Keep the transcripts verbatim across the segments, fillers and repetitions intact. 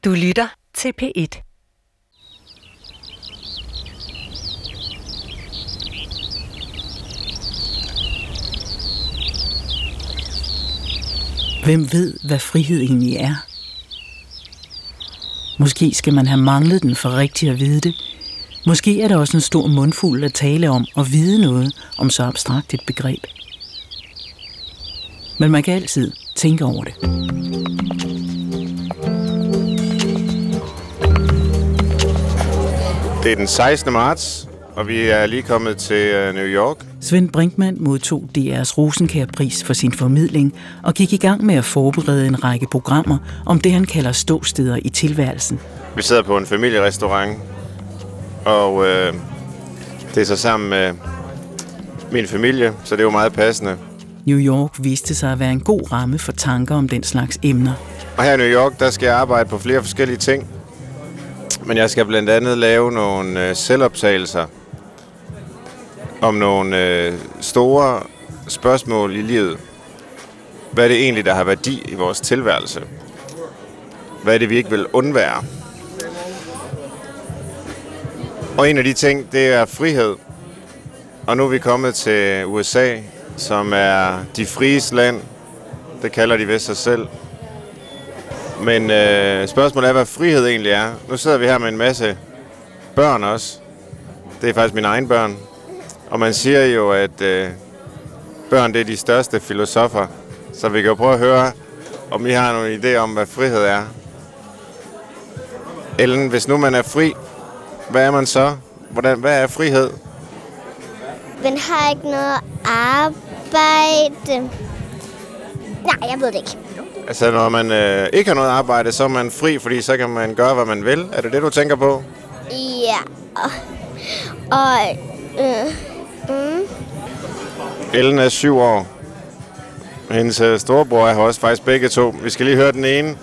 Du lytter til P et. Hvem ved, hvad frihed egentlig er? Måske skal man have manglet den for rigtig at vide det. Måske er der også en stor mundfuld at tale om og vide noget om så abstrakt et begreb. Men man kan altid tænke over det. Det er den sekstende marts, og vi er lige kommet til New York. Svend Brinkmann modtog D R's Rosenkjær-pris for sin formidling og gik i gang med at forberede en række programmer om det, han kalder ståsteder i tilværelsen. Vi sidder på en familierestaurant, og øh, det er så sammen med min familie, så det er jo meget passende. New York viste sig at være en god ramme for tanker om den slags emner. Og her i New York, der skal jeg arbejde på flere forskellige ting. Men jeg skal blandt andet lave nogle øh, selvoptagelser om nogle øh, store spørgsmål i livet. Hvad er det egentlig, der har værdi i vores tilværelse? Hvad er det, vi ikke vil undvære? Og en af de ting, det er frihed. Og nu er vi kommet til U S A, som er de fries land. Det kalder de ved sig selv. Men øh, spørgsmålet er, hvad frihed egentlig er. Nu sidder vi her med en masse børn også. Det er faktisk mine egne børn. Og man siger jo, at øh, børn det er de største filosofer. Så vi kan jo prøve at høre, om I har nogle idéer om, hvad frihed er. Ellen, hvis nu man er fri, hvad er man så? Hvordan, hvad er frihed? Man har ikke noget arbejde. Nej, jeg ved det ikke. Altså, når man øh, ikke har noget arbejde, så er man fri, fordi så kan man gøre, hvad man vil. Er det det, du tænker på? Ja. Og, og øh, mm. Ellen er syv år. Hendes øh, storebror er her også faktisk begge to. Vi skal lige høre den ene.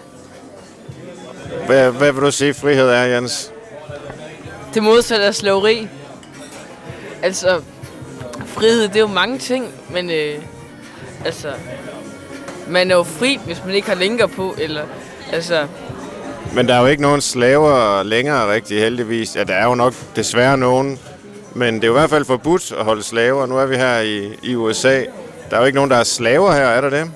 Hvad, hvad vil du sige, frihed er, Jens? Det modsatte af slaveri. Altså, frihed, det er jo mange ting, men øh, altså... Man er jo fri, hvis man ikke har linker på, eller altså... Men der er jo ikke nogen slaver længere rigtig, heldigvis. Ja, der er jo nok desværre nogen, men det er jo i hvert fald forbudt at holde slaver. Nu er vi her i, i U S A. Der er jo ikke nogen, der er slaver her, er der det?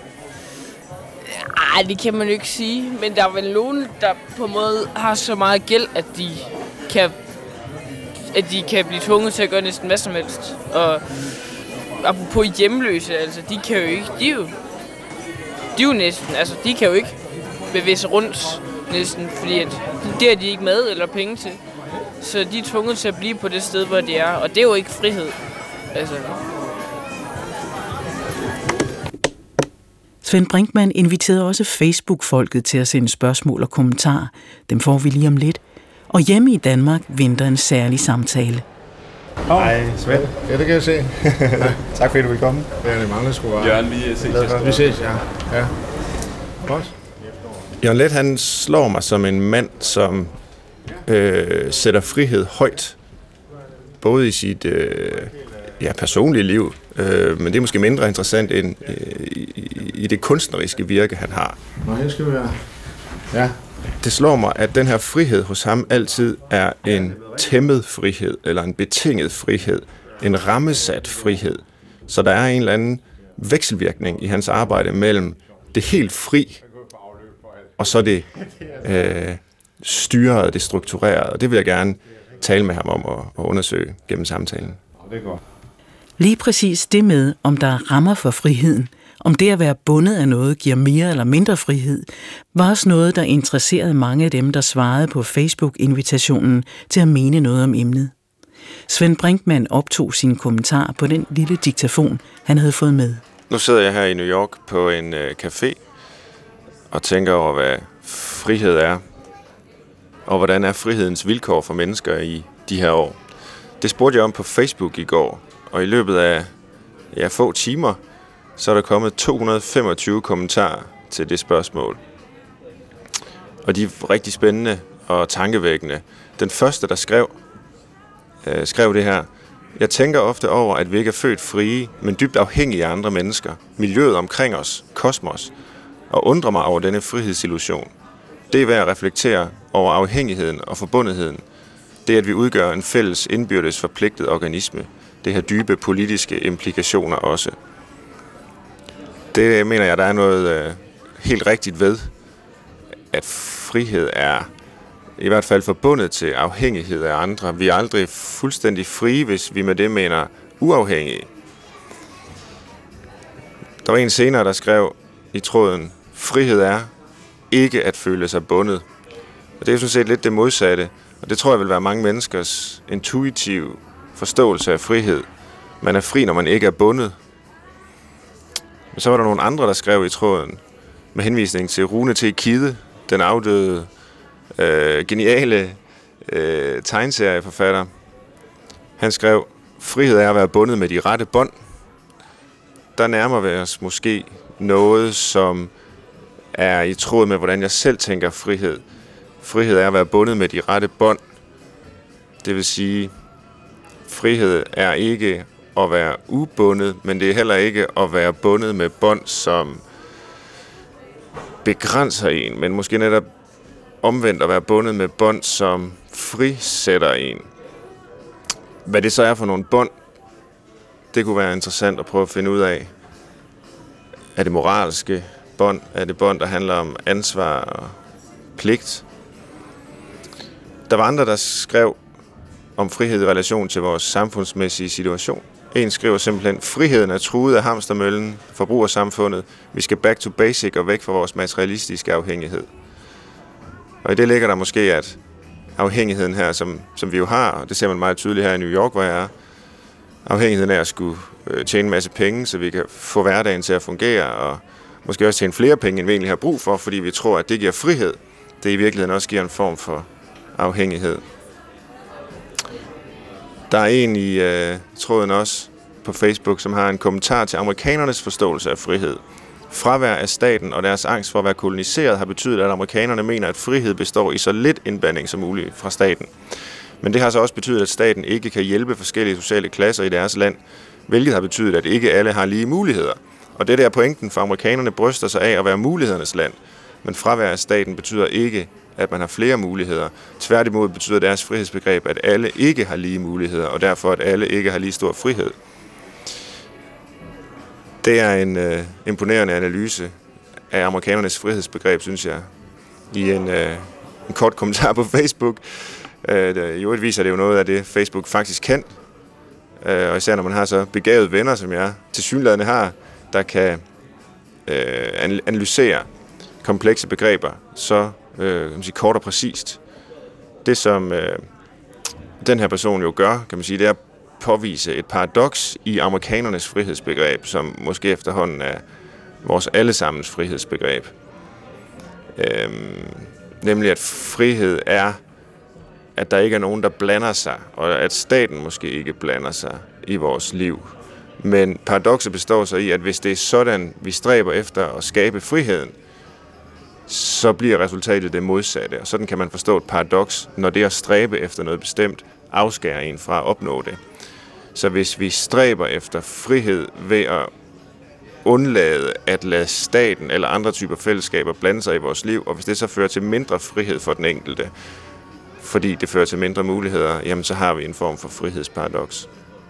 Nej, det kan man jo ikke sige, men der er vel nogen, der på en måde har så meget gæld, at de kan, at de kan blive tvunget til at gøre næsten hvad som helst. Og apropos hjemløse, altså, de kan jo ikke... De er jo, De er jo næsten, altså de kan jo ikke bevæge sig rundt næsten, fordi at det har de ikke mad eller penge til. Så de er tvunget til at blive på det sted, hvor de er, og det er jo ikke frihed. Altså. Svend Brinkmann inviterede også Facebook-folket til at sende spørgsmål og kommentarer. Dem får vi lige om lidt. Og hjemme i Danmark venter en særlig samtale. Hej, Svend. Ja, det kan jeg se. Tak fordi du vil komme. Ja, det mangler sgu bare. Jørgen, vi ses. Vi ses, ja. ja. Godt. Jørgen Leth, han slår mig som en mand, som øh, sætter frihed højt. Både i sit øh, ja, personlige liv, øh, men det er måske mindre interessant end øh, i, i det kunstneriske virke, han har. Nå, her skal vi være. Ja. Det slår mig, at den her frihed hos ham altid er en tæmmet frihed, eller en betinget frihed, en rammesat frihed. Så der er en eller anden vekselvirkning i hans arbejde mellem det helt fri, og så det øh, styrede, det strukturerede. Og det vil jeg gerne tale med ham om og, og undersøge gennem samtalen. Lige præcis det med, om der er rammer for friheden, om det at være bundet af noget giver mere eller mindre frihed, var også noget, der interesserede mange af dem, der svarede på Facebook-invitationen til at mene noget om emnet. Svend Brinkmann optog sine kommentarer på den lille diktafon, han havde fået med. Nu sidder jeg her i New York på en øh, café og tænker over, hvad frihed er, og hvordan er frihedens vilkår for mennesker i de her år. Det spurgte jeg om på Facebook i går, og i løbet af ja, få timer, så er der kommet to hundrede og femogtyve kommentarer til det spørgsmål. Og de er rigtig spændende og tankevækkende. Den første, der skrev, øh, skrev det her: Jeg tænker ofte over, at vi ikke er født frie, men dybt afhængige af andre mennesker, miljøet omkring os, kosmos, og undrer mig over denne frihedsillusion. det er ved at reflektere over afhængigheden og forbundetheden. Det, at vi udgør en fælles indbyrdes forpligtet organisme. Det har dybe politiske implikationer også. Det mener jeg, der er noget øh, helt rigtigt ved, at frihed er i hvert fald forbundet til afhængighed af andre. Vi er aldrig fuldstændig frie, hvis vi med det mener uafhængige. Der var en senere, der skrev i tråden, frihed er ikke at føle sig bundet. Og det er jo sådan set lidt det modsatte, og det tror jeg vil være mange menneskers intuitive forståelse af frihed. Man er fri, når man ikke er bundet. Men så var der nogle andre, der skrev i tråden, med henvisning til Rune T. Kidde, den afdøde, øh, geniale øh, tegneserieforfatter. Han skrev, frihed er at være bundet med de rette bånd. Der nærmer vi os måske noget, som er i tråd med, hvordan jeg selv tænker frihed. Frihed er at være bundet med de rette bånd. Det vil sige, frihed er ikke at være ubundet, men det er heller ikke at være bundet med bånd, som begrænser en, men måske netop omvendt at være bundet med bånd, som frisætter en. Hvad det så er for nogle bånd, det kunne være interessant at prøve at finde ud af. Er det moralske bånd? Er det bånd, der handler om ansvar og pligt? Der var andre, der skrev om frihed i relation til vores samfundsmæssige situation. En skriver simpelthen, friheden er truet af hamstermøllen, forbrugersamfundet. Vi skal back to basic og væk fra vores materialistiske afhængighed. Og i det ligger der måske, at afhængigheden her, som, som vi jo har, og det ser man meget tydeligt her i New York, hvor jeg er, afhængigheden af at skulle øh, tjene en masse penge, så vi kan få hverdagen til at fungere, og måske også tjene flere penge, end vi egentlig har brug for, fordi vi tror, at det giver frihed. Det i virkeligheden også giver en form for afhængighed. Der er en i øh, tråden også på Facebook, som har en kommentar til amerikanernes forståelse af frihed. Fravær af staten og deres angst for at være koloniseret har betydet, at amerikanerne mener, at frihed består i så lidt indblanding som muligt fra staten. Men det har så også betydet, at staten ikke kan hjælpe forskellige sociale klasser i deres land, hvilket har betydet, at ikke alle har lige muligheder. Og det der pointen for amerikanerne bryster sig af at være mulighedernes land. Men fravær af staten betyder ikke, at man har flere muligheder. Tværtimod betyder deres frihedsbegreb, at alle ikke har lige muligheder, og derfor at alle ikke har lige stor frihed. Det er en øh, imponerende analyse af amerikanernes frihedsbegreb, synes jeg, i en, øh, en kort kommentar på Facebook. Øh, I øvrigt viser det jo noget af det, Facebook faktisk kan, øh, og især når man har så begavede venner, som jeg tilsyneladende har, der kan øh, analysere komplekse begreber så øh, kan man sige, kort og præcist. Det, som øh, den her person jo gør, kan man sige, det er at påvise et paradoks i amerikanernes frihedsbegreb, som måske efterhånden er vores allesammens frihedsbegreb. Øhm, nemlig at frihed er, at der ikke er nogen, der blander sig, og at staten måske ikke blander sig i vores liv. Men paradokset består så i, at hvis det er sådan, vi stræber efter at skabe friheden, så bliver resultatet det modsatte. Og sådan kan man forstå et paradoks, når det at stræbe efter noget bestemt afskærer en fra at opnå det. Så hvis vi stræber efter frihed ved at undlade at lade staten eller andre typer fællesskaber blande sig i vores liv, og hvis det så fører til mindre frihed for den enkelte, fordi det fører til mindre muligheder, jamen så har vi en form for frihedsparadoks.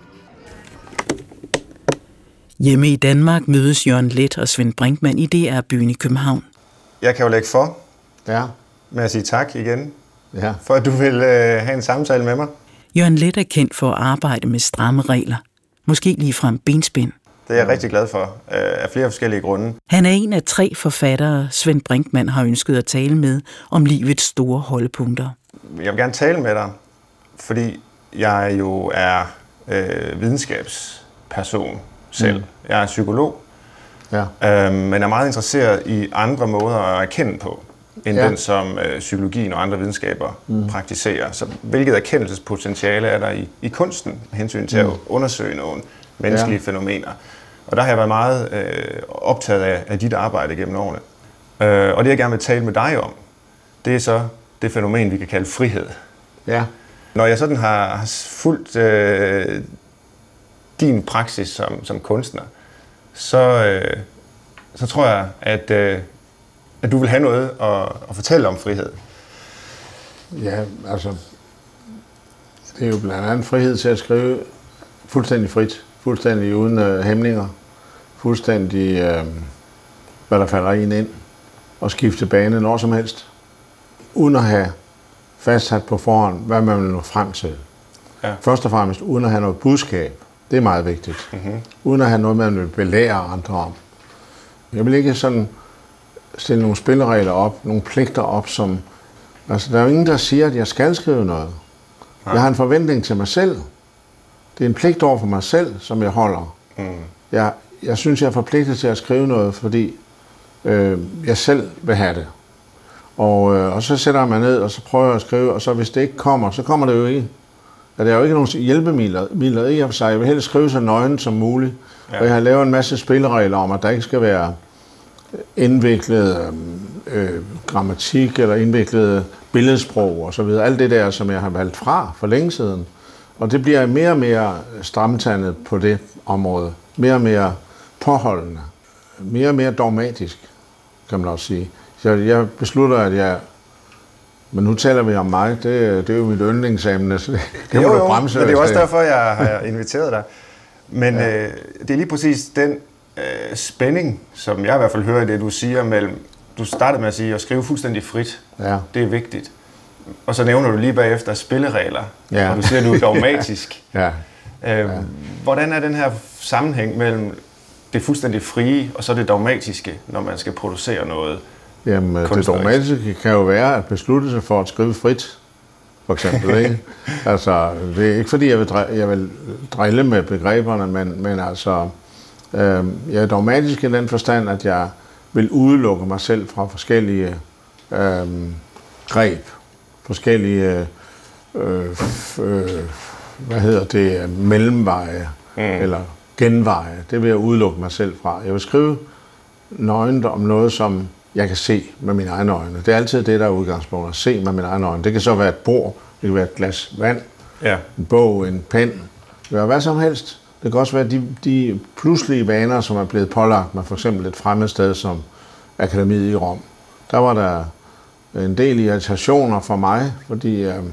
Hjemme i Danmark mødes Jørgen Leth og Svend Brinkmann i D R-byen i København. Jeg kan jo lægge for Ja. med at sige tak igen, Ja. for at du vil øh, have en samtale med mig. Jørgen Leth er kendt for at arbejde med stramme regler. Måske ligefrem benspænd. Det er jeg rigtig glad for, øh, af flere forskellige grunde. Han er en af tre forfattere, Svend Brinkmann har ønsket at tale med om livets store holdepunkter. Jeg vil gerne tale med dig, fordi jeg jo er øh, videnskabsperson selv. Mm. Jeg er psykolog, Ja. øh, men er meget interesseret i andre måder at erkende på, end Ja. den, som øh, psykologien og andre videnskaber mm. praktiserer. Så hvilket erkendelsespotentiale er der i, i kunsten, med hensyn til mm. at undersøge nogle menneskelige ja. fænomener. Og der har jeg været meget øh, optaget af, af dit arbejde gennem årene. Øh, og det jeg gerne vil tale med dig om, det er så det fænomen, vi kan kalde frihed. Ja. Når jeg sådan har, har fulgt øh, din praksis som, som kunstner, så, øh, så tror jeg, at øh, at du vil have noget at, at fortælle om frihed. Ja, altså, det er jo blandt andet frihed til at skrive fuldstændig frit, fuldstændig uden øh, hæmninger, fuldstændig, øh, hvad der falder en ind, og skifte bane når som helst, uden at have fastsat på forhånd, hvad man vil nå frem til. Ja. Først og fremmest uden at have noget budskab. Det er meget vigtigt. Mm-hmm. Uden at have noget, man vil belære andre om. Jeg vil ikke sådan stille nogle spilleregler op, nogle pligter op, som... Altså, der er jo ingen, der siger, at jeg skal skrive noget. Ja. Jeg har en forventning til mig selv. Det er en pligt over for mig selv, som jeg holder. Mm. Jeg, jeg synes, jeg er forpligtet til at skrive noget, fordi øh, jeg selv vil have det. Og, øh, og så sætter jeg mig ned, og så prøver jeg at skrive, og så hvis det ikke kommer, så kommer det jo ikke. Ja, der er jo ikke nogen hjælpemidler i for sig. Jeg vil helst skrive så nøgen som muligt. Ja. Og jeg har lavet en masse spilleregler om, at der ikke skal være indviklet øh, grammatik eller indviklet billedsprog og så videre. Alt det der, som jeg har valgt fra for længe siden. Og det bliver mere og mere stramtandet på det område. Mere og mere påholdende. Mere og mere dogmatisk, kan man også sige. Så jeg beslutter, at jeg... Men nu taler vi om mig. Det, det er jo mit yndlingsemne, så det, det må jo, du bremse. Jo, det er også derfor, jeg har inviteret dig. Men ja. øh, det er lige præcis den øh, spænding, som jeg i hvert fald hører i det, du siger mellem... Du startede med at sige, at skrive fuldstændig frit. Ja. Det er vigtigt. Og så nævner du lige bagefter spilleregler, ja. Og du siger, at du er dogmatisk. ja. Øh, ja. Hvordan er den her sammenhæng mellem det fuldstændig frie og så det dogmatiske, når man skal producere noget? Jamen, det dogmatiske kan jo være at beslutte sig for at skrive frit, for eksempel. Ikke? Altså, det er ikke fordi, jeg vil, dr- jeg vil drille med begreberne, men, men altså, øh, jeg er dogmatisk i den forstand, at jeg vil udelukke mig selv fra forskellige øh, greb, forskellige øh, øh, hvad hedder det, mellemveje mm. eller genveje. Det vil jeg udelukke mig selv fra. Jeg vil skrive nøgent om noget, som jeg kan se med mine egne øjne. Det er altid det, der er udgangspunktet, at se med mine egne øjne. Det kan så være et bord, det kan være et glas vand, ja. En bog, en pen, det kan være hvad som helst. Det kan også være de, de pludselige vaner, som er blevet pålagt med for eksempel et fremmed sted som Akademiet i Rom. Der var der en del irritationer for mig, fordi øh,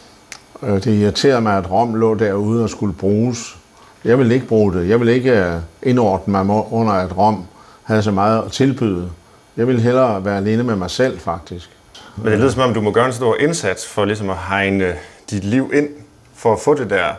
det irriterede mig, at Rom lå derude og skulle bruges. Jeg ville ikke bruge det. Jeg ville ikke indordne mig under, at Rom havde så meget at tilbyde. Jeg vil hellere være alene med mig selv, faktisk. Men det lyder som om, du må gøre en stor indsats for ligesom at hegne dit liv ind, for at få det der,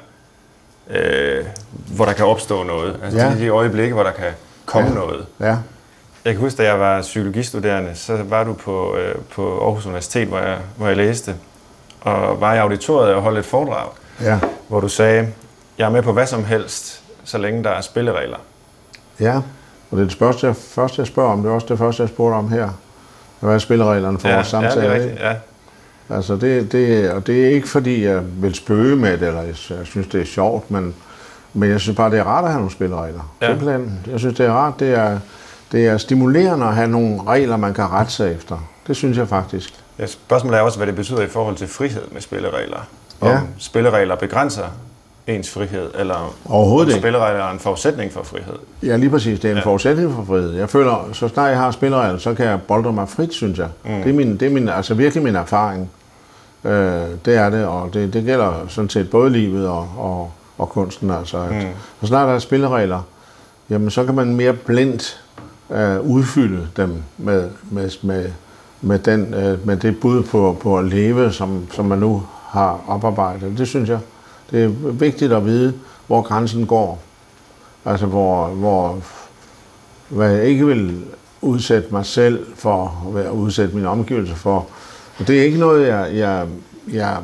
øh, hvor der kan opstå noget. Altså ja. de, de øjeblikke, hvor der kan komme ja. noget. Ja. Jeg kan huske, da jeg var psykologistuderende, så var du på, øh, på Aarhus Universitet, hvor jeg, hvor jeg læste, og var i auditoriet og holdt et foredrag, ja. hvor du sagde, jeg er med på hvad som helst, så længe der er spilleregler. Ja. Og det er det første, jeg, første, jeg spørger om. Det er også det første, jeg spurgte om her. Hvad er spillereglerne for ja, vores samtale? Ja, det er rigtigt, ja. Altså, det, det, og det er ikke, fordi jeg vil spøge med det, eller jeg, jeg synes, det er sjovt, men, men jeg synes bare, det er rart at have nogle spilleregler. Ja. Simpelthen. Jeg synes, det er rart. Det er, det er stimulerende at have nogle regler, man kan rette sig efter. Det synes jeg faktisk. Ja, spørgsmålet er også, hvad det betyder i forhold til frihed med spilleregler. Om ja. spilleregler begrænser ens frihed, eller om spilleregler er en forudsætning for frihed. Ja, lige præcis. Det er en ja. forudsætning for frihed. Jeg føler, så snart jeg har spilleregler, så kan jeg bolde mig frit, synes jeg. Mm. Det er, min, det er min, altså virkelig min erfaring. Øh, det er det, og det, det gælder sådan set både livet og, og, og kunsten. Altså, at, mm. Så snart der er spilleregler, jamen, så kan man mere blindt øh, udfylde dem med, med, med, med, den, øh, med det bud på, på at leve, som, som man nu har oparbejdet. Det synes jeg. Det er vigtigt at vide, hvor grænsen går. Altså, hvor, hvor hvad jeg ikke vil udsætte mig selv for, at udsætte mine omgivelser for. Og det er ikke noget, jeg, jeg, jeg,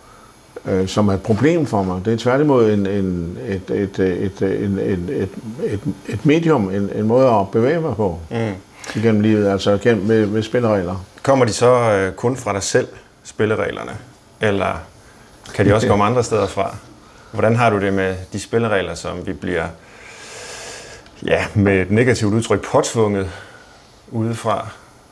øh, som er et problem for mig. Det er tværtimod en, en, et, et, et, en, et, et, et, et medium, en, en måde at bevæge mig på mm. igennem livet, altså gennem, med, med spilleregler. Kommer de så øh, kun fra dig selv, spillereglerne? Eller kan de også komme andre steder fra? Hvordan har du det med de spilleregler, som vi bliver, ja, med et negativt udtryk, påtvunget udefra?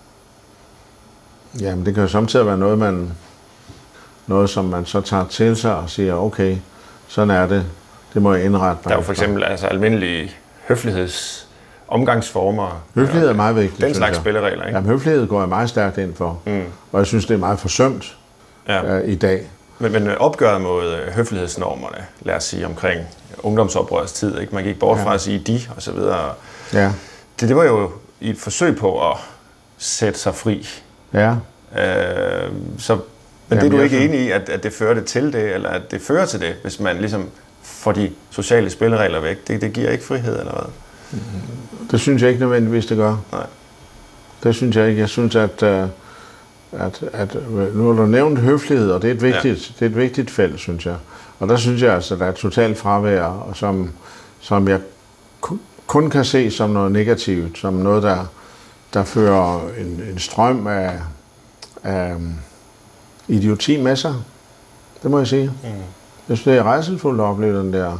Jamen, det kan jo samtidig være noget, man, noget, som man så tager til sig og siger, okay, sådan er det, det må jeg indrette mig. Der er jo for eksempel altså, almindelige høfligheds- omgangsformer. Høflighed er meget vigtigt. Den slags spilleregler, ikke? Jamen, høflighed går jeg meget stærkt ind for. Mm. Og jeg synes, det er meget forsømt ja. uh, i dag. Men, men opgøret mod høflighedsnormerne, lad os sige, omkring ungdomsoprørets tid, ikke? Man gik bort ja. fra at sige de, og så videre. Ja. Det, det var jo i et forsøg på at sætte sig fri. Ja. Øh, så, men Jamen, det er du ikke enig i, at, at det fører det til det, eller at det fører til det, hvis man ligesom får de sociale spilleregler væk? Det, det giver ikke frihed, eller hvad? Det synes jeg ikke nødvendigvis, det gør. Nej. Det synes jeg ikke. Jeg synes, at, at, at nu har du nævnt høflighed, og det er et vigtigt, ja. det er et vigtigt felt, synes jeg. Og der synes jeg altså, at der er et totalt fravær, som, som jeg kun kan se som noget negativt, som noget, der, der fører en, en strøm af, af idioti med sig. Det må jeg sige. Mm. Jeg synes, det er rædselsfuldt at opleve den der.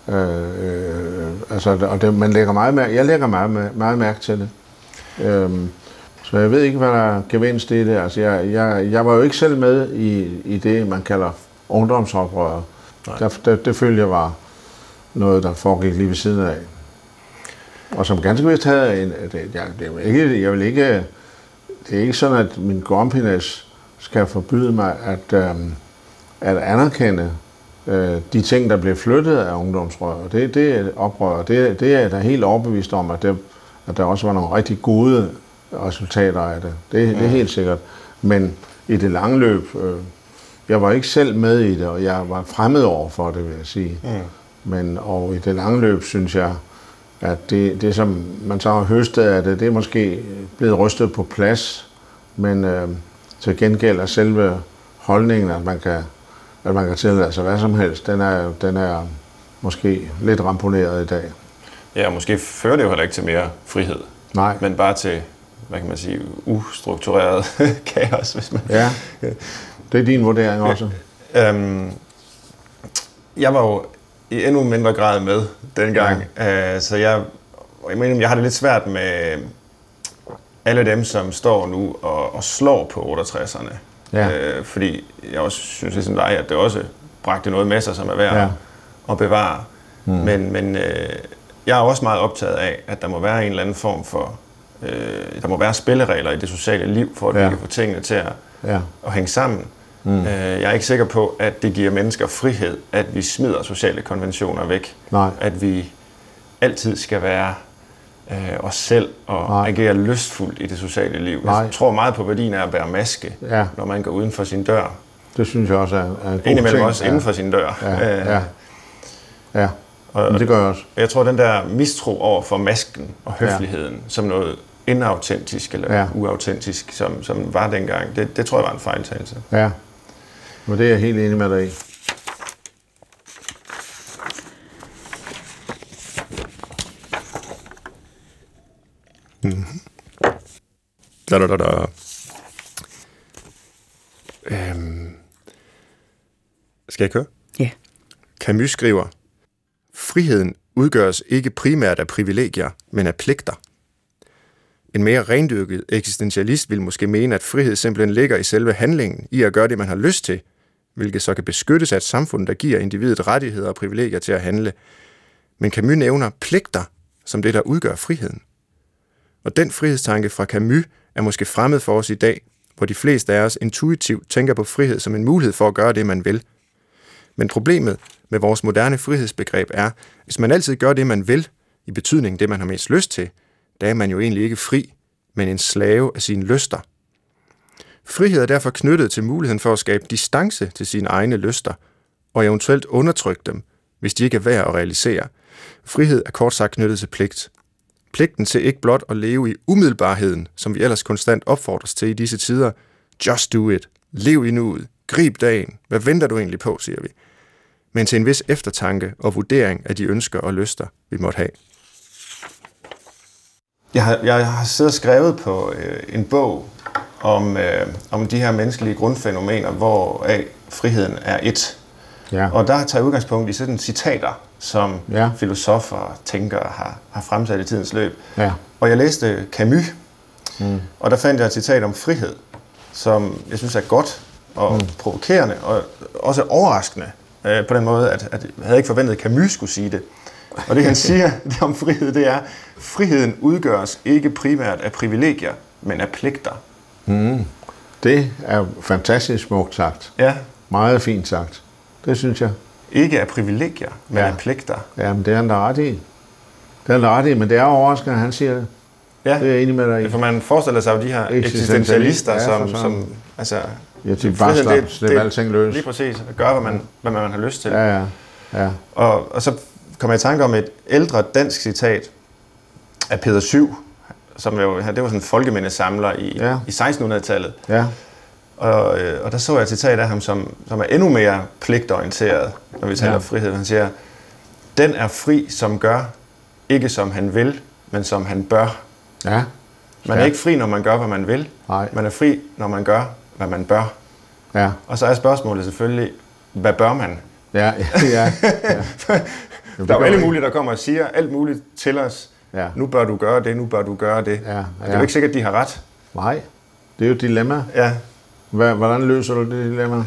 Øh, øh, altså, og det, man lægger meget mærke, jeg lægger meget, meget mærke til det. Øh, så jeg ved ikke, hvad der er gevinst i det. Altså, jeg, jeg, jeg var jo ikke selv med i, i det, man kalder ungdomsoprør. Der, det, det følte jeg var noget, der foregik lige ved siden af. Og som ganske vist havde en... Det, jeg, det er ikke, jeg vil ikke... Det er ikke sådan, at min grumpiness skal forbyde mig at, øhm, at anerkende øh, de ting, der blev flyttet af ungdomsrør. Det, det er oprør. Det, det er jeg da helt overbevist om, at, det, at der også var nogle rigtig gode resultater af det. Det, det er helt sikkert. Men i det lange løb... Øh, jeg var ikke selv med i det, og jeg var fremmed over for det, vil jeg sige. Mm. Men og i det lange løb, synes jeg, at det, det som man så har høstet af det, det er måske blevet rystet på plads, men øh, til gengæld er selve holdningen, at man kan, at man kan tillade sig hvad som helst, den er, den er måske lidt ramponeret i dag. Ja, og måske fører det jo heller ikke til mere frihed. Nej. Men bare til, hvad kan man sige, ustruktureret kaos, hvis man... Ja. Det er din vurdering også. Ja, øhm, jeg var jo i endnu mindre grad med dengang, ja. øh, så jeg, jeg mener, jeg har det lidt svært med alle dem, som står nu og, og slår på otteogtresserne. Ja. Øh, fordi jeg også synes ligesom dig, at det også bragte noget med sig, som er værd ja. at bevare. Mm. Men, men øh, jeg er også meget optaget af, at der må være en eller anden form for, øh, der må være spilleregler i det sociale liv, for at ja. vi kan få tingene til at, ja. at hænge sammen. Mm. Jeg er ikke sikker på, at det giver mennesker frihed, at vi smider sociale konventioner væk. Nej. At vi altid skal være øh, os selv og Nej. agere lystfuldt i det sociale liv. Nej. Jeg tror meget på værdien af at bære maske, ja. når man går uden for sin dør. Det synes jeg også er, er en god ting. Indimellem også ja. inden for sin dør. Ja, ja. ja. Og, Men det gør jeg også. Jeg tror, den der mistro over for masken og høfligheden, ja. som noget inautentisk eller ja. uautentisk, som, som var dengang, det, det tror jeg var en fejltagelse. Ja. Men det er jeg helt enig med dig i. Mm-hmm. Da, da, da, da. Øhm. Skal jeg køre? Ja. Camus skriver, friheden udgøres ikke primært af privilegier, men af pligter. En mere rendyrket eksistentialist vil måske mene, at frihed simpelthen ligger i selve handlingen, i at gøre det, man har lyst til, hvilket så kan beskyttes af et samfund, der giver individet rettigheder og privilegier til at handle. Men Camus nævner pligter som det, der udgør friheden. Og den frihedstanke fra Camus er måske fremmed for os i dag, hvor de fleste af os intuitivt tænker på frihed som en mulighed for at gøre det, man vil. Men problemet med vores moderne frihedsbegreb er, hvis man altid gør det, man vil, i betydning det, man har mest lyst til, der er man jo egentlig ikke fri, men en slave af sine lyster. Frihed er derfor knyttet til muligheden for at skabe distance til sine egne lyster, og eventuelt undertrykke dem, hvis de ikke er værd at realisere. Frihed er kort sagt knyttet til pligt. Pligten til ikke blot at leve i umiddelbarheden, som vi ellers konstant opfordres til i disse tider. Just do it. Lev i nuet. Grib dagen. Hvad venter du egentlig på, siger vi. Men til en vis eftertanke og vurdering af de ønsker og lyster, vi måtte have. Jeg har, jeg har siddet og skrevet på øh, en bog om, øh, om de her menneskelige grundfænomener, hvor af friheden er et. Ja. Og der tager jeg udgangspunkt i sådan citater, som ja. filosofer og tænkere har, har fremsat i tidens løb. Ja. Og jeg læste Camus, mm. og der fandt jeg et citat om frihed, som jeg synes er godt og mm. provokerende, og også overraskende øh, på den måde, at, at jeg havde ikke forventet, at Camus skulle sige det. Og det han siger det om frihed, det er, friheden udgøres ikke primært af privilegier, men af pligter. Mm. Det er fantastisk smukt sagt. Ja. Meget fint sagt. Det synes jeg. Ikke af privilegier, men ja. af pligter. Jamen, det er han da ret i. Det er han da ret i, men det er overraskende, at han siger det. Ja. Det er jeg enig med dig i. For man forestiller sig jo de her eksistentialister, ja, som, som altså, ja, de bare slap, slip alting løs. Lige præcis, at gøre, hvad man, hvad man har lyst til. Ja, ja. ja. Og, og så kommer jeg i tanke om et ældre dansk citat af Peder Syv, som jo, det var sådan en folkemindesamler i, ja. i sekstenhundredetallet. Ja. Og, og der så jeg et citat af ham, som, som er endnu mere pligtorienteret, når vi taler om ja. frihed. Han siger, den er fri, som gør, ikke som han vil, men som han bør. Ja. Man er ikke fri, når man gør, hvad man vil. Nej. Man er fri, når man gør, hvad man bør. Ja. Og så er spørgsmålet selvfølgelig, hvad bør man? Ja, ja. ja. Der er jo alle mulige, der kommer og siger alt muligt til os. Ja. Nu bør du gøre det, nu bør du gøre det. Ja, ja. Det er jo ikke sikkert, at de har ret. Nej, det er jo et dilemma. Ja. Hvordan løser du det dilemma?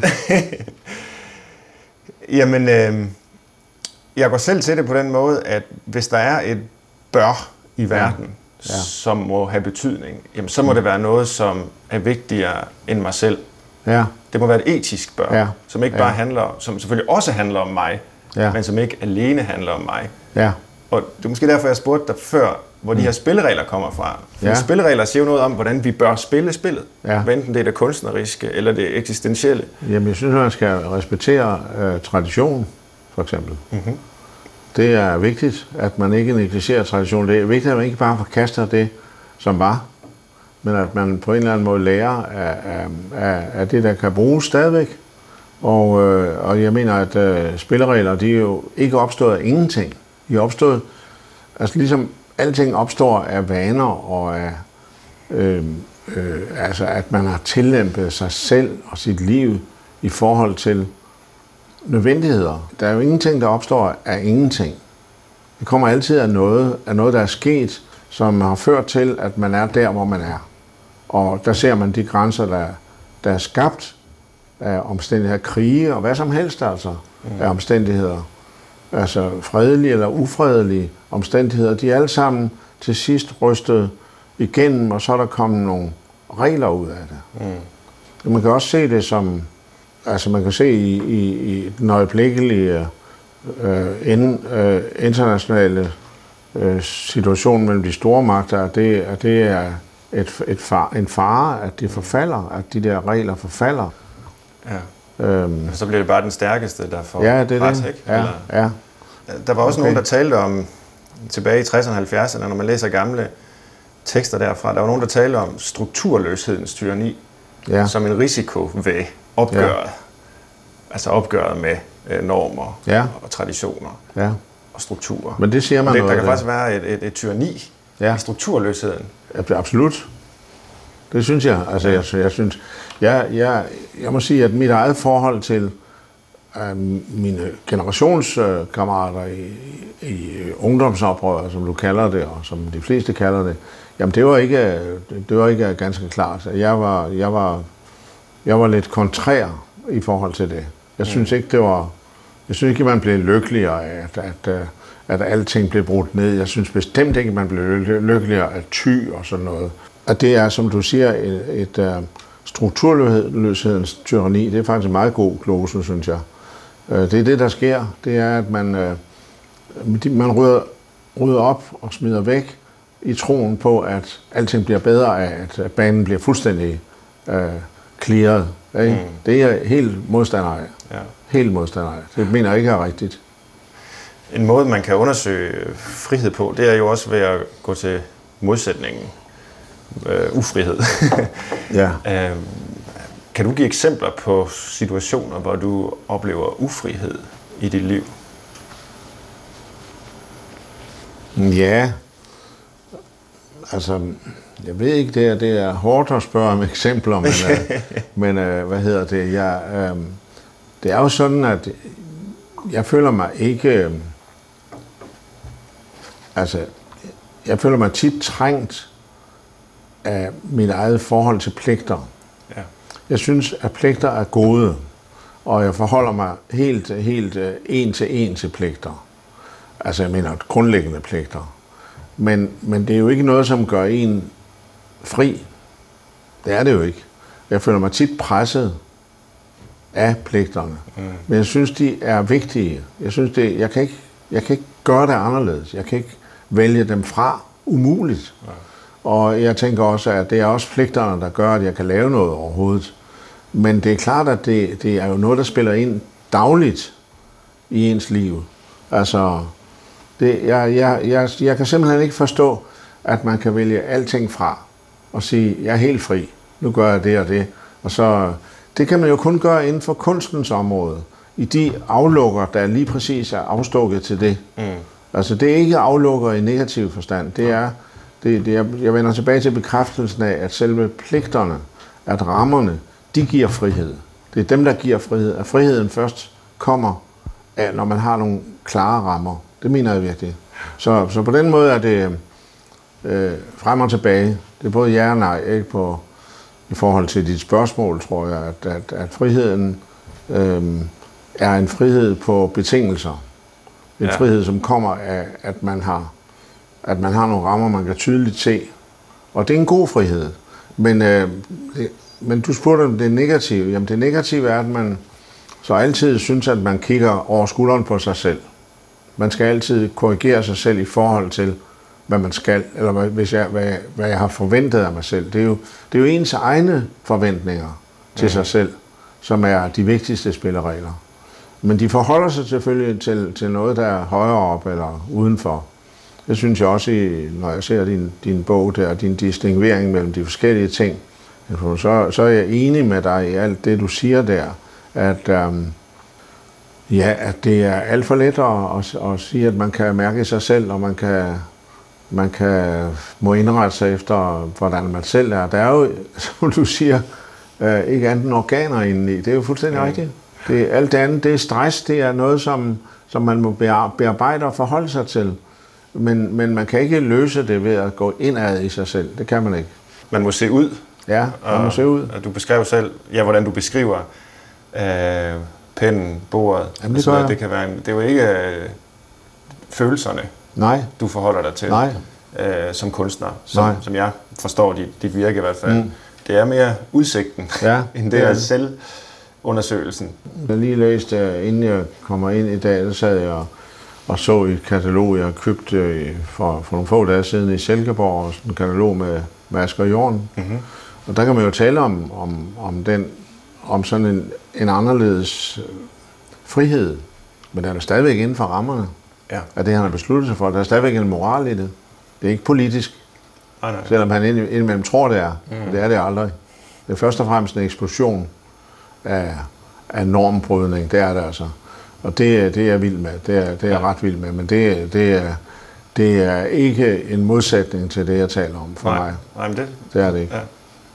Jamen, øh, jeg går selv til det på den måde, at hvis der er et bør i verden, ja. Ja. som må have betydning, jamen, så må det være noget, som er vigtigere end mig selv. Ja. Det må være et etisk bør, ja. som ikke bare ja. handler, som selvfølgelig også handler om mig, ja. men som ikke alene handler om mig. Ja. Og det er måske derfor, jeg spurgte dig før, hvor de her spilleregler kommer fra. For ja. spilleregler siger jo noget om, hvordan vi bør spille spillet. Ja. Enten det er det kunstneriske, eller det eksistentielle. Jamen, jeg synes, man skal respektere øh, tradition, for eksempel. Mm-hmm. Det er vigtigt, at man ikke negligerer tradition. Det er vigtigt, at man ikke bare forkaster det, som var, men at man på en eller anden måde lærer af, af, af det, der kan bruges stadigvæk. Og, øh, og jeg mener, at øh, spilleregler, de er jo ikke opstået af ingenting. De er opstået, altså ligesom alting opstår af vaner og af, øh, øh, altså at man har tillempet sig selv og sit liv i forhold til nødvendigheder. Der er jo ingenting, der opstår af ingenting. Det kommer altid af noget, af noget, der er sket, som har ført til, at man er der, hvor man er. Og der ser man de grænser, der, der er skabt af omstændigheder, krige og hvad som helst altså, mm. af omstændigheder. Altså fredelige eller ufredelige omstændigheder, de er alle sammen til sidst rystet igennem, og så er der kommet nogle regler ud af det. Mm. Man kan også se det som, altså man kan se i, i, i den øjeblikkelige øh, in, øh, internationale øh, situation mellem de store magter, at det, at det er et, et far, en fare, at de forfalder, at de der regler forfalder. Ja. Øhm, så bliver det bare den stærkeste, der får ja, det er ret, det. ikke? Ja, ja. Der var også okay. nogen, der talte om, tilbage i tresserne og halvfjerdserne, når man læser gamle tekster derfra, der var nogen, der talte om strukturløshedens tyranni, ja. som en risiko ved opgøret. Ja. Altså opgøret med øh, normer ja. og traditioner ja. og strukturer. Men det siger man det, noget Der kan af faktisk være et, et, et tyranni ja. i strukturløsheden. Absolut. Det synes jeg. Altså, ja. jeg, jeg synes, jeg, jeg, jeg må sige, at mit eget forhold til øh, mine generationskammerater i, i, i ungdomsoprøret, som du kalder det, og som de fleste kalder det, jamen det var ikke, det var ikke ganske klart. Jeg var, jeg var, jeg var lidt kontrær i forhold til det. Jeg synes ikke, det var, jeg synes ikke, man blev lykkeligere af, at, at, at alting blev brudt ned. Jeg synes bestemt ikke, man blev lykkeligere af ty og sådan noget. At det er, som du siger, et, et, et strukturløshedens tyranni. Det er faktisk en meget god glose, synes jeg. Det er det, der sker. Det er, at man, man rydder, rydder op og smider væk i troen på, at alting bliver bedre af, at banen bliver fuldstændig øh, clearet. Mm. Det er helt modstander af. Ja. Helt modstander af. Det mener jeg ikke er rigtigt. En måde, man kan undersøge frihed på, det er jo også ved at gå til modsætningen. Øh, ufrihed. ja. øh, kan du give eksempler på situationer, hvor du oplever ufrihed i dit liv? Ja. Altså, jeg ved ikke, det er, det er hårdt at spørge om eksempler, men, øh, men øh, hvad hedder det? Jeg, øh, det er jo sådan, at jeg føler mig ikke... Øh, altså, jeg føler mig tit trængt af mit eget forhold til pligter. Ja. Jeg synes, at pligter er gode, og jeg forholder mig helt, helt en til en til pligter. Altså, jeg mener, grundlæggende pligter. Men, men det er jo ikke noget, som gør en fri. Det er det jo ikke. Jeg føler mig tit presset af pligterne. Mm. Men jeg synes, de er vigtige. Jeg synes, det, jeg, kan ikke, jeg kan ikke gøre det anderledes. Jeg kan ikke vælge dem fra. Umuligt. Ja. Og jeg tænker også, at det er også pligterne, der gør, at jeg kan lave noget overhovedet. Men det er klart, at det, det er jo noget, der spiller ind dagligt i ens liv. Altså, det, jeg, jeg, jeg, jeg kan simpelthen ikke forstå, at man kan vælge alting fra og sige, jeg er helt fri. Nu gør jeg det og det. Og så, det kan man jo kun gøre inden for kunstens område. I de aflukker, der lige præcis er afstukket til det. Mm. Altså, det er ikke aflukker i negativ forstand. Det er, det, det er, jeg vender tilbage til bekræftelsen af, at selve pligterne, at rammerne, de giver frihed. Det er dem, der giver frihed. At friheden først kommer, af, når man har nogle klare rammer. Det mener jeg virkelig. Så, så på den måde er det øh, frem og tilbage. Det er både ja og nej, ikke på, i forhold til dit spørgsmål, tror jeg, at, at, at friheden øh, er en frihed på betingelser. En ja. frihed, som kommer af, at man har, at man har nogle rammer, man kan tydeligt se. Og det er en god frihed. Men, øh, det, men du spurgte om det negative. Jamen det negative er, at man så altid synes, at man kigger over skulderen på sig selv. Man skal altid korrigere sig selv i forhold til, hvad man skal, eller hvad, hvis jeg, hvad, hvad jeg har forventet af mig selv. Det er jo, det er jo ens egne forventninger til sig selv, som er de vigtigste spilleregler. Men de forholder sig selvfølgelig til, til noget, der er højere op eller udenfor. Det synes jeg også, i, når jeg ser din, din bog der, din distingvering mellem de forskellige ting, så, så er jeg enig med dig i alt det, du siger der, at, øhm, ja, at det er alt for let at, at, at sige, at man kan mærke sig selv, og man kan, man kan må indrette sig efter, hvordan man selv er. Der er jo, som du siger, øh, ikke andet end organer indeni. Det er jo fuldstændig ja. rigtigt. Det, alt det andet, det er stress, det er noget, som, som man må bearbejde og forholde sig til. Men, men man kan ikke løse det ved at gå indad i sig selv. Det kan man ikke. Man må se ud. Ja, man må se ud. Du beskrev selv, ja, hvordan du beskriver øh, pennen, bordet. Jamen, det, det, det kan være en, det er jo ikke øh, følelserne, Nej. du forholder dig til Nej. Øh, som kunstner, som, som jeg forstår dit, dit virke i hvert fald. Mm. Det er mere udsigten, ja, end det er selvundersøgelsen. Jeg lige læste, inden jeg kommer ind i dag, så sad jeg og, og så et katalog, jeg købte for, for nogle få dage siden i Silkeborg, sådan en katalog med, med Asger Jorn. Mm-hmm. Og der kan man jo tale om, om, om, den, om sådan en, en anderledes frihed, men der er stadigvæk inden for rammerne ja. af det, han har besluttet sig for. Der er stadigvæk en moral i det. Det er ikke politisk, ah, selvom han indimellem tror, det er. Mm. Det er det aldrig. Det er først og fremmest en eksplosion af, af normbrydning, det er det altså. Og det, det er jeg vild med, det er, det er jeg ja. ret vild med, men det, det, er, det er ikke en modsætning til det, jeg taler om for Nej. mig. Nej, men det, det er det ikke. Ja.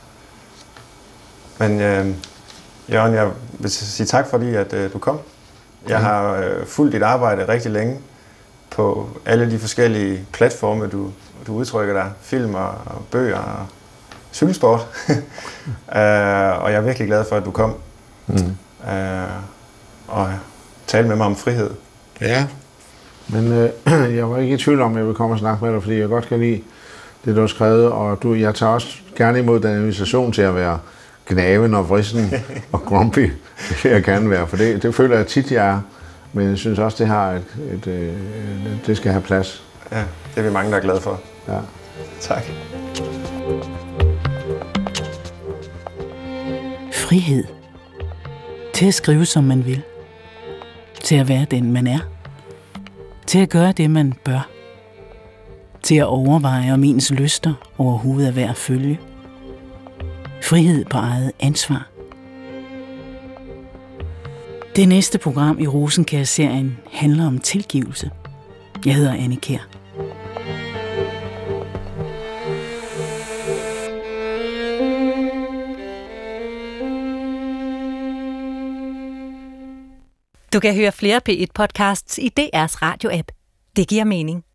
Men øh, Jørgen, jeg vil sige tak, fordi at, øh, du kom. Jeg har øh, fulgt dit arbejde rigtig længe på alle de forskellige platforme, du, du udtrykker dig. Film og, og bøger og cykelsport. uh, og jeg er virkelig glad for, at du kom mm. uh, og talte med mig om frihed. Ja, men øh, jeg var ikke i tvivl om, at jeg vil komme og snakke med dig, fordi jeg godt kan lide det, du har skrevet, og du, jeg tager også gerne imod den invitation til at være gnaven og vrissen og grumpy. Det vil jeg gerne være, for det, det føler jeg tit, jeg er. Men jeg synes også, det har et, et, et, et, det skal have plads. Ja, det er vi mange, der er glade for. Ja. Tak. Frihed. Til at skrive, som man vil. Til at være den, man er. Til at gøre det, man bør. Til at overveje, om ens lyster overhovedet er værd at følge. Frihed på eget ansvar. Det næste program i Rosenkjær-serien handler om tilgivelse. Jeg hedder Anne Kjær. Du kan høre flere P et podcasts i D R's radio-app. Det giver mening.